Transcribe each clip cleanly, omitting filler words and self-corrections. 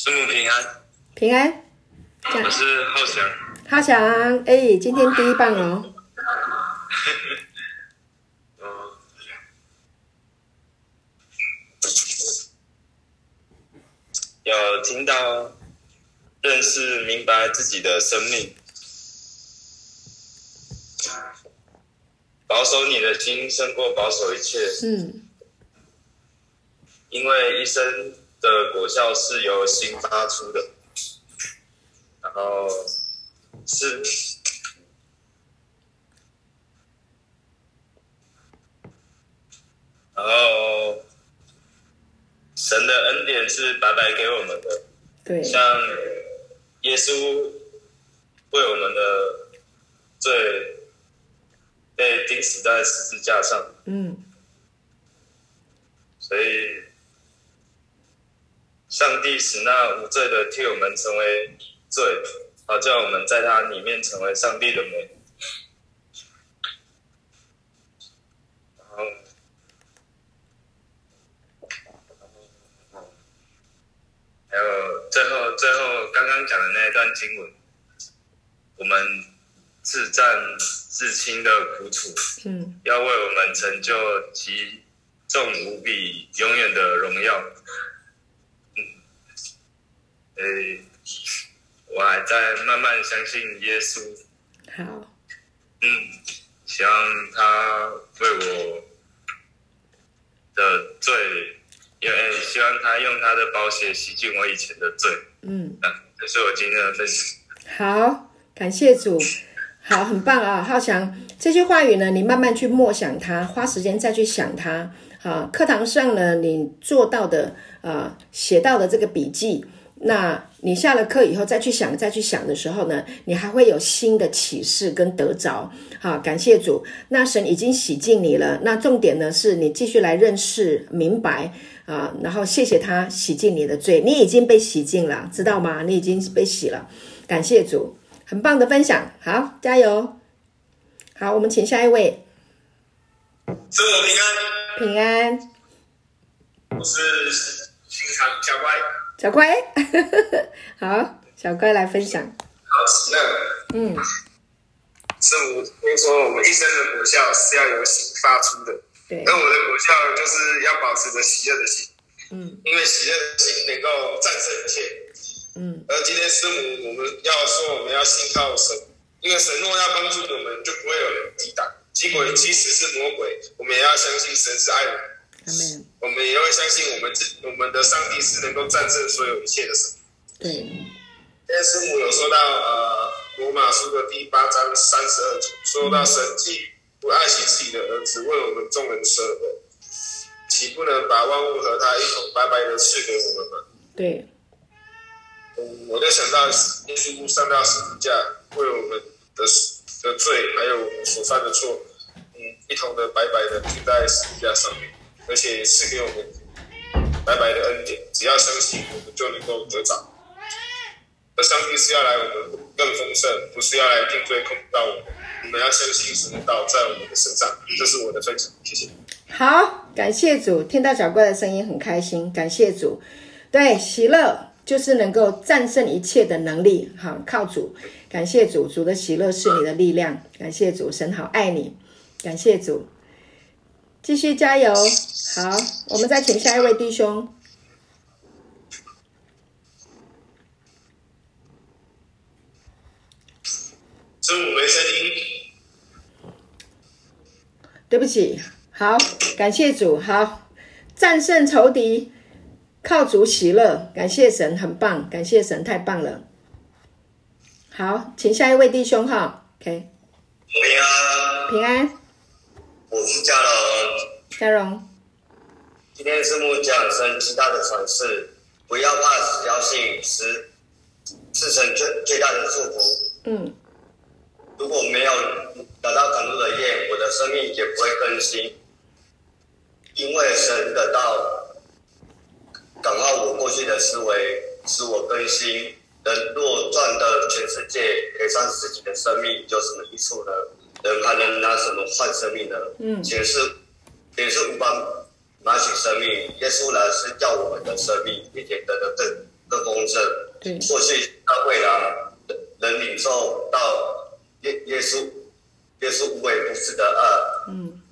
师母平安， 平安。 我是浩翔。 浩翔，今天第一棒哦。 有听到认识明白自己的生命，保守你的心胜过保守一切。因为一生的果效是由心发出的，然后神的恩典是白白给我们的。 对， 像耶稣为我们的罪被钉死在十字架上。所以上帝使那无罪的替我们成为罪，好叫我们在他里面成为上帝的美。还有最后刚刚讲的那一段经文，我们自战自清的苦楚，要为我们成就极重无比永远的荣耀。我还在慢慢相信耶稣。 好。 希望他为我的罪，希望他用他的宝血洗净我以前的罪。这是我今天的分享。 好，感谢主。好，很棒啊，浩翔。这些话语呢，你慢慢去默想它，花时间再去想它。课堂上呢，你做到的写到的这个笔记，那你下了课以后再去想的时候呢，你还会有新的启示跟得着。好，感谢主。那神已经洗净你了，那重点呢是你继续来认识明白然后谢谢他洗净你的罪，你已经被洗净了，知道吗？你已经被洗了，感谢主，很棒的分享。好，加油。好，我们请下一位。 祝我平安。 平安。 我是小乖。 小乖。好，小乖来分享。 好，喜乐。师母听说我们一生的果效是要由心发出的。 对。 那我的果效就是要保持着喜乐的心。因为喜乐的心能够战胜一切。而今天师母我们要说，我们要信靠神，因为神若要帮助我们，就不会有人抵挡。即使是魔鬼，我们也要相信神是爱我们。我们也会相信我们的上帝是能够战胜所有一切的神。 对。 今天师母有说到罗马书的第8章32节，说到神既不爱惜自己的儿子，为我们众人舍了，岂不能把万物和他一同白白的赐给我们吗？ 对。 我就想到耶稣上到十字架，为我们的罪还有我们所犯的错，一同的白白的钉在十字架上面，而且赐给我们白白的恩典，只要相信我们就能够得着。而上帝是要来我们更丰盛，不是要来定罪控告我们。我们要相信神的道在我们的身上。这是我的分享，谢谢。 好，感谢主，听到小乖的声音很开心，感谢主。对，喜乐就是能够战胜一切的能力。好，靠主，感谢主，主的喜乐是你的力量。感谢主，神好爱你，感谢主，继续加油。好，我们再请下一位弟兄。 师母没声音。 对不起。好，感谢主。好，战胜仇敌，靠主喜乐，感谢神，很棒，感谢神，太棒了。好，请下一位弟兄哈 ，OK。 平安。 平安。 我是嘉荣。 嘉荣。 今天师母讲神极大的传世，不要怕，只要信，是神最大的祝福。如果没有得到感动的业，我的生命也不会更新，因为神的道感化我过去的思维，使我更新。人若赚得全世界，赔上自己的生命，有什么益处呢？人还能拿什么换生命呢？钱是无法买取生命，耶稣来是叫我们的生命，并且得更丰盛。 过去到未来能领受到耶稣无微不至的爱，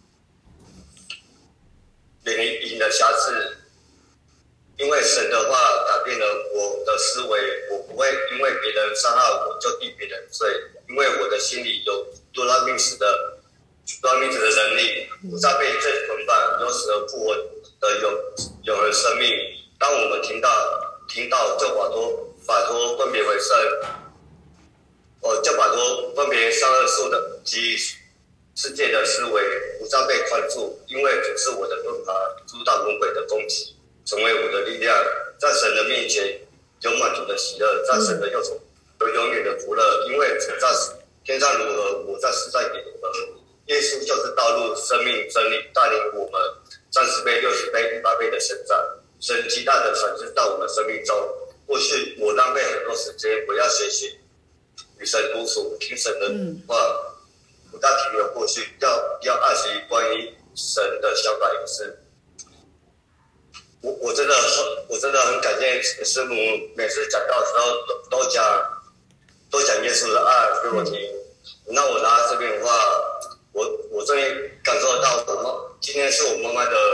远离你的瑕疵。因为神的话改变了我的思维，我不会因为别人伤害我就替别人罪，因为我的心里有多拉命死的能力，不再被罪捆绑，有死而复活的永恒生命。当我们听到就摆脱分别为圣，就摆脱分别善恶树的及世界的思维，不再被困住，因为主是我的盾牌，阻挡魔鬼的攻击，成为我的力量。在神的面前有满足的喜乐，在神的右手有永远的福乐。因为主在天上如何，我在世上也如何。耶稣就是道路、生命、真理，带领我们30倍、60倍、100倍的成长。神极大的产生到我们生命中。过去我浪费很多时间，我要学习与神独处，听神的话，不但停留过去，要爱惜关于神的小小隐私。我真的很感谢师母，每次讲到的时候都讲耶稣的爱给我听。那我拿到这边的话，我终于感受到今天是我妈妈的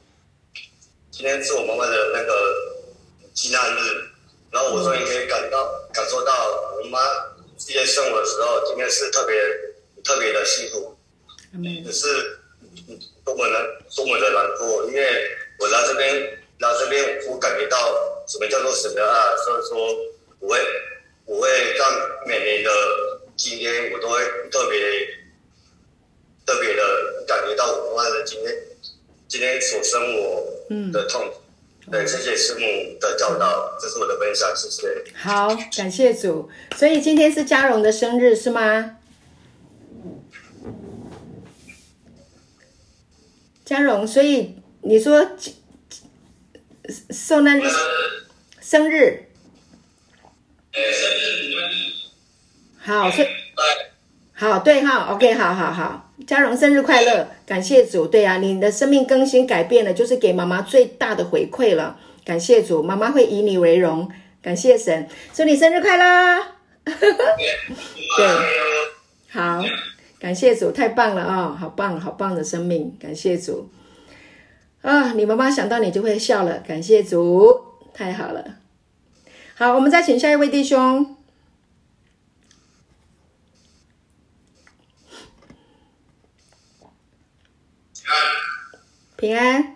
那个纪念日，然后我终于可以感受到我妈今天生我的时候，今天是特别的辛苦，只是多么的难过，因为我来这边我感觉到什么叫做神的爱，所以说我会在每年的今天，我都会特别的感觉到我妈的今天所生我的痛苦。对，谢谢师母的教导，这是我的分享，谢谢。 好，感谢主。所以今天是嘉荣的生日是吗？嘉荣，所以你说受难日生日，好，所以好，对哈 ，OK， 好，嘉荣生日快乐，感谢主，对啊，你的生命更新改变了，就是给妈妈最大的回馈了，感谢主，妈妈会以你为荣，感谢神，祝你生日快乐，对，好，感谢主，太棒了哦，好棒的生命，感谢主，啊，你妈妈想到你就会笑了，感谢主，太好了，好，我们再请下一位弟兄。平安，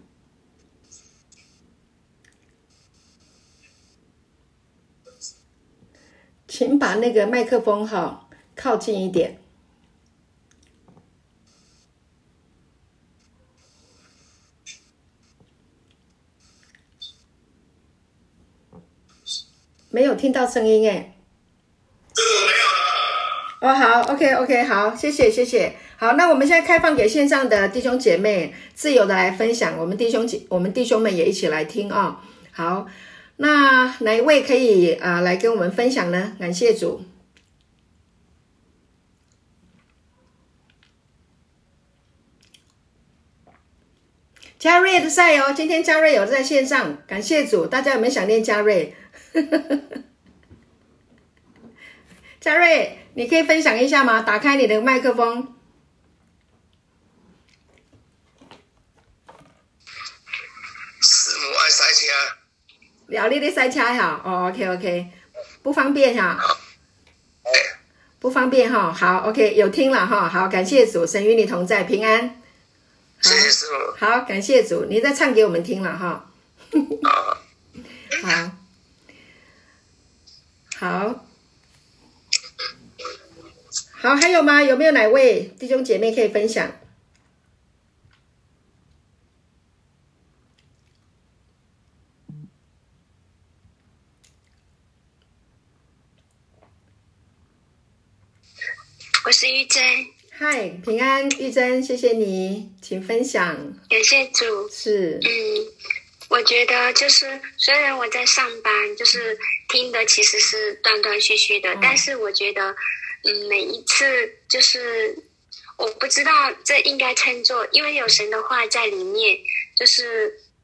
请把那个麦克风靠近一点。没有听到声音哎。 这个没有了。哦，好 ，OK， 好，谢谢。好，那我们现在开放给线上的弟兄姐妹自由的来分享，我们弟兄们也一起来听啊、哦。好，那哪一位可以来跟我们分享呢？感谢主。嘉瑞在哦，今天嘉瑞有在线上，感谢主，大家有没有想念嘉瑞？嘉瑞，你可以分享一下吗？打开你的麦克风。 师母爱塞车。 了，你在塞车哈？哦 ，OK， 不方便哈。不方便哈。好 ，OK， 有听了哈。好，感谢主，神与你同在，平安。 谢谢师母。 好，感谢主，你再唱给我们听了哈。好，还有吗？有没有哪位弟兄姐妹可以分享？ 我是玉珍。 嗨，平安，玉珍，谢谢你，请分享。 感谢主。 是。 我觉得就是虽然我在上班，就是听的其实是断断续续的，但是我觉得每一次就是我不知道这应该称作，因为有神的话在里面，就是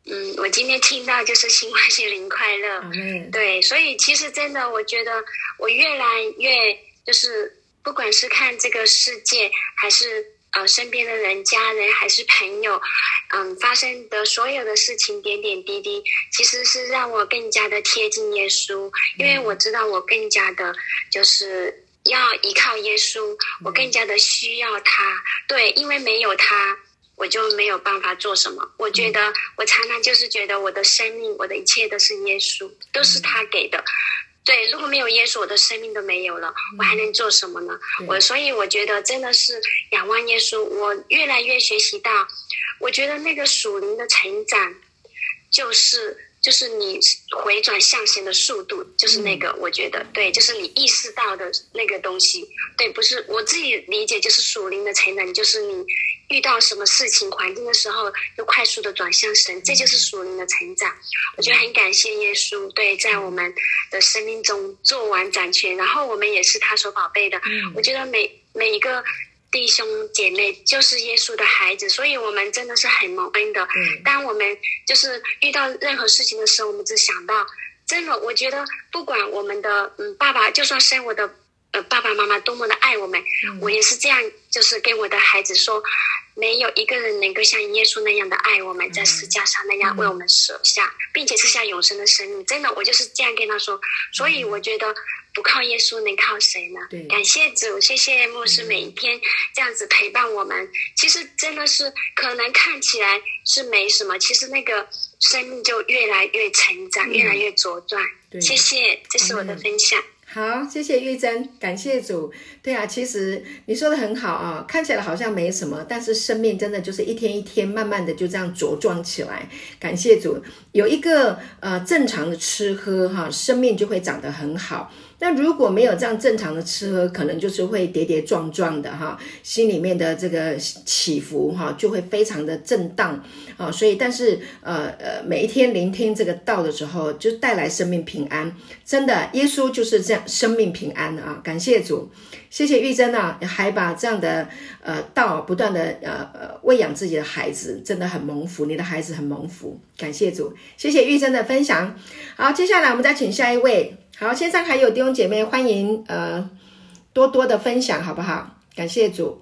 我今天听到就是新欢喜临快乐，对，所以其实真的我觉得我越来越就是不管是看这个世界还是身边的人家人还是朋友发生的所有的事情点点滴滴其实是让我更加的贴近耶稣，因为我知道我更加的就是要依靠耶稣，我更加的需要他，对，因为没有他我就没有办法做什么。我觉得我常常就是觉得我的生命我的一切都是耶稣，都是他给的，对，如果没有耶稣我的生命都没有了，我还能做什么呢？所以我觉得真的是仰望耶稣，我越来越学习到，我觉得那个属灵的成长就是你回转向前的速度，就是那个我觉得对，就是你意识到的那个东西，对，不是我自己理解就是属灵的成长，就是你遇到什么事情环境的时候就快速的转向神，这就是属灵的成长。我觉得很感谢耶稣，对，在我们的生命中做完掌权，然后我们也是他所宝贝的。我觉得每一个弟兄姐妹就是耶稣的孩子，所以我们真的是很蒙恩的。当我们就是遇到任何事情的时候，我们只想到真的，我觉得不管我们的爸爸，就算生我的爸爸妈妈多么的爱我们，我也是这样，就是跟我的孩子说，没有一个人能够像耶稣那样的爱我们，在十字架上那样为我们舍下，并且赐下永生的生命。真的，我就是这样跟他说。所以我觉得不靠耶稣能靠谁呢？感谢主，谢谢牧师每一天这样子陪伴我们。其实真的是可能看起来是没什么，其实那个生命就越来越成长，越来越茁壮。谢谢，这是我的分享。 好，谢谢玉珍，感谢主。对啊，其实你说的很好啊，看起来好像没什么，但是生命真的就是一天一天慢慢的就这样茁壮起来。感谢主，有一个正常的吃喝哈，生命就会长得很好。那如果没有这样正常的吃喝，可能就是会跌跌撞撞的哈，心里面的这个起伏哈就会非常的震荡啊。所以但是每一天聆听这个道的时候，就带来生命平安。真的，耶稣就是这样生命平安啊！感谢主，谢谢玉珍啊，还把这样的道不断的喂养自己的孩子，真的很蒙福，你的孩子很蒙福，感谢主，谢谢玉珍的分享。好，接下来我们再请下一位。好，线上还有弟兄姐妹，欢迎多多的分享，好不好？感谢主。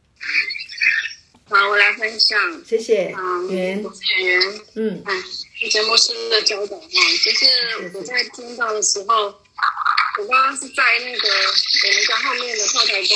好，我来分享。 谢谢。 我是圆圆。节目师的教导就是我在听到的时候，我刚刚是在那个我们家后面的后台公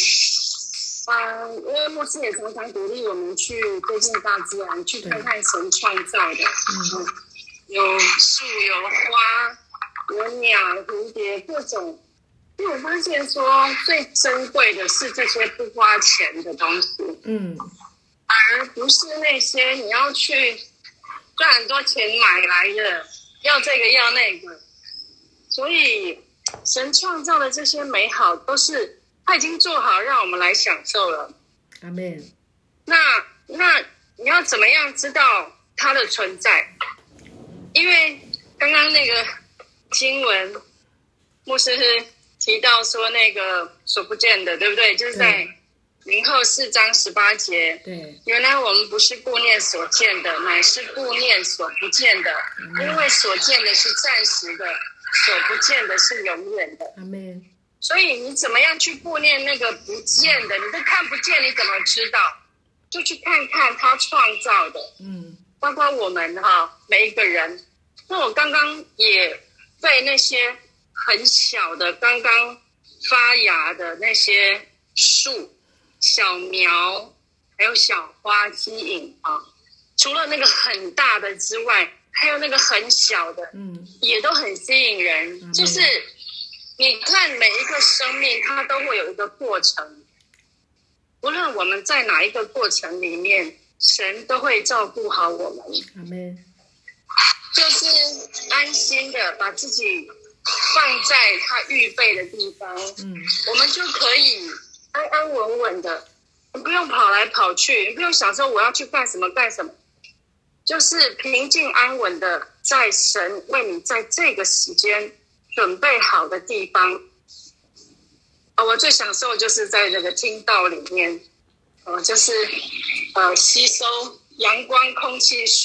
园。因为牧师也常常鼓励我们去接近大自然，去看看神创造的。有树，有花。有鸟、蝴蝶，各种。因为我发现说，最珍贵的是这些不花钱的东西，而不是那些你要去赚很多钱买来的，要这个要那个。所以，神创造的这些美好，都是他已经做好，让我们来享受了。 阿们。 那你要怎么样知道它的存在？因为刚刚那个经文，牧师是提到说那个所不见的，对不对？就是在林后4章18节。 对， 原来我们不是顾念所见的，乃是顾念所不见的，因为所见的是暂时的，所不见的是永远的。 阿们。 所以你怎么样去顾念那个不见的？你都看不见，你怎么知道？就去看看他创造的，包括我们每一个人。那我刚刚也被那些很小的刚刚发芽的那些树、小苗还有小花吸引除了那个很大的之外，还有那个很小的也都很吸引人。就是你看每一个生命它都会有一个过程，无论我们在哪一个过程里面，神都会照顾好我们。 阿们。 就是安心的把自己放在他预备的地方，我们就可以安安稳稳的，不用跑来跑去，不用想说我要去干什么，就是平静安稳的在神为你在这个时间准备好的地方。我最享受就是在这个听道里面，就是吸收阳光、空气、水，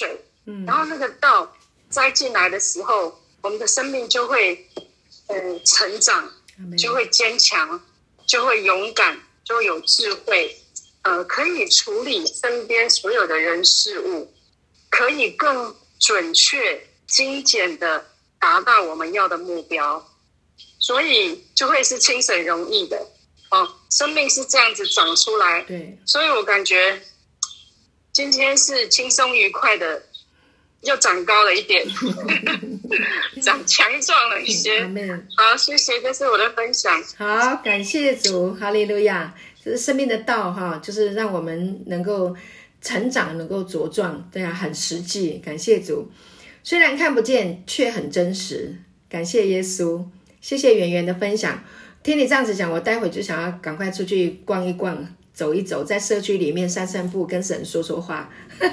然后那个道栽进来的时候，我们的生命就会成长，就会坚强，就会勇敢，就会有智慧，可以处理身边所有的人事物，可以更准确精简的达到我们要的目标，所以就会是轻省容易的生命是这样子长出来。 对， 所以我感觉今天是轻松愉快的，又长高了一点长强壮了一些。好，谢谢，这是我的分享。 好，感谢主，哈利路亚。这是生命的道哈，就是让我们能够成长，能够茁壮，对啊，很实际。感谢主，虽然看不见，却很真实。感谢耶稣，谢谢圆圆的分享。听你这样子讲，我待会就想要赶快出去逛一逛，走一走，在社区里面散散步，跟神说说话。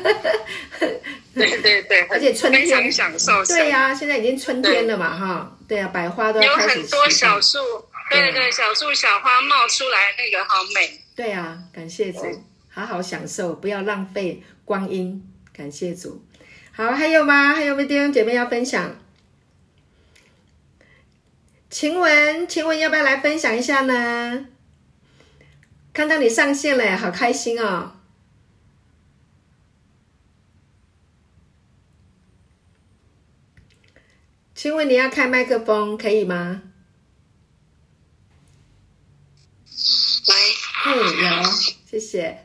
对对对， 而且春天非常享受。 对啊，现在已经春天了嘛哈。对啊，百花都要开始有很多小树，对对，小树小花冒出来，那个好美。 对啊，感谢主，好好享受，不要浪费光阴。感谢主。好，还有吗？还有没有弟兄姐妹要分享？晴雯要不要来分享一下呢？看到你上线了，好开心哦。晴雯，你要开麦克风可以吗？ 喂， 有，谢谢。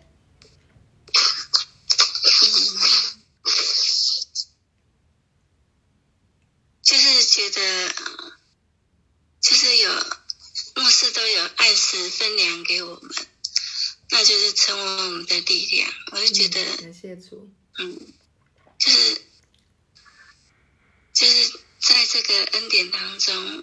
就是觉得，就是有牧师都有按时分粮给我们，那就是成为我们的力量。我就觉得， 感谢主， 就是在这个恩典当中，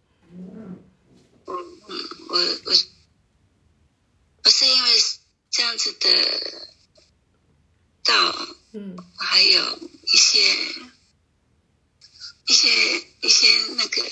我是因为这样子的道，还有一些那个，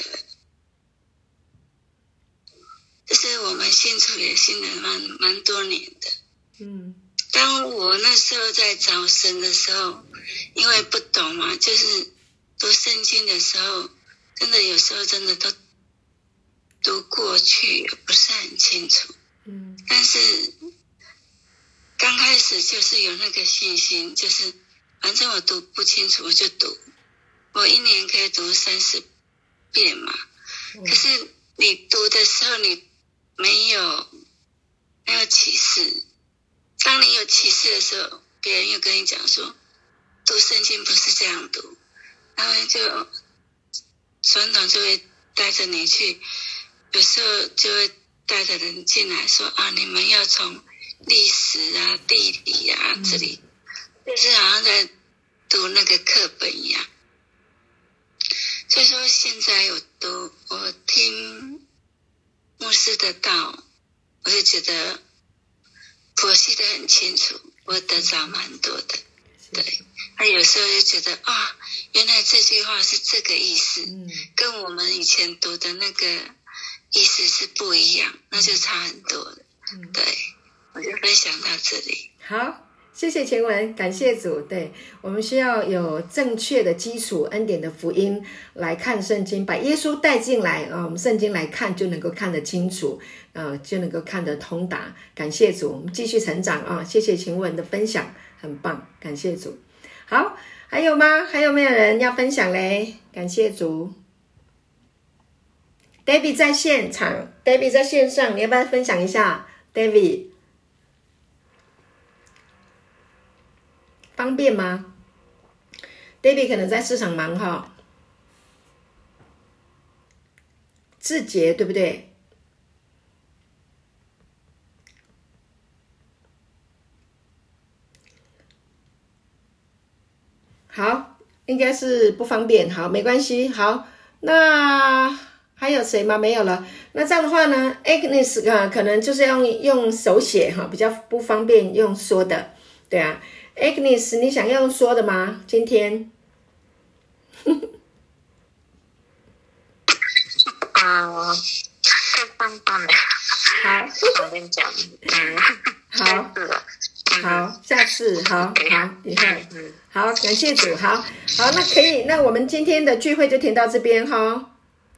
就是我们信主也信了蛮多年的。当我那时候在找神的时候，因为不懂嘛，就是读圣经的时候，真的有时候真的都读过去不是很清楚。但是刚开始就是有那个信心，就是反正我读不清楚我就读，我一年可以读30遍嘛。可是你读的时候你没有启示，当你有启示的时候，别人又跟你讲说读圣经不是这样读，然后就传统就会带着你去，有时候就会带着人进来说你们要从历史啊地理啊这里，就是好像在读那个课本一样。所以说现在我听牧师的道，我就觉得剖析得很清楚，我得着蛮多的。对，有时候就觉得原来这句话是这个意思，跟我们以前读的那个意思是不一样，那就差很多了。对，我就分享到这里。 好，谢谢晴雯，感谢主。对，我们需要有正确的基础，恩典的福音来看圣经，把耶稣带进来我们圣经来看就能够看得清楚，就能够看得通达。感谢主，我们继续成长谢谢晴雯的分享，很棒，感谢主。好，还有吗？还有没有人要分享嘞？感谢主。David 在现场 ，David 在线上，你要不要分享一下 ？David 方便吗 ？David 可能在市场忙哈。志杰对不对？好，应该是不方便，好，没关系，好，那还有谁吗？没有了。那这样的话呢 Agnes 可能就是要用手写比较不方便用说的，对啊 Agnes 你想要用说的吗？今天太棒棒了， 好， 我跟你讲， 好， 好，下次好，以后好，感谢主，好，那可以，那我们今天的聚会就停到这边哈。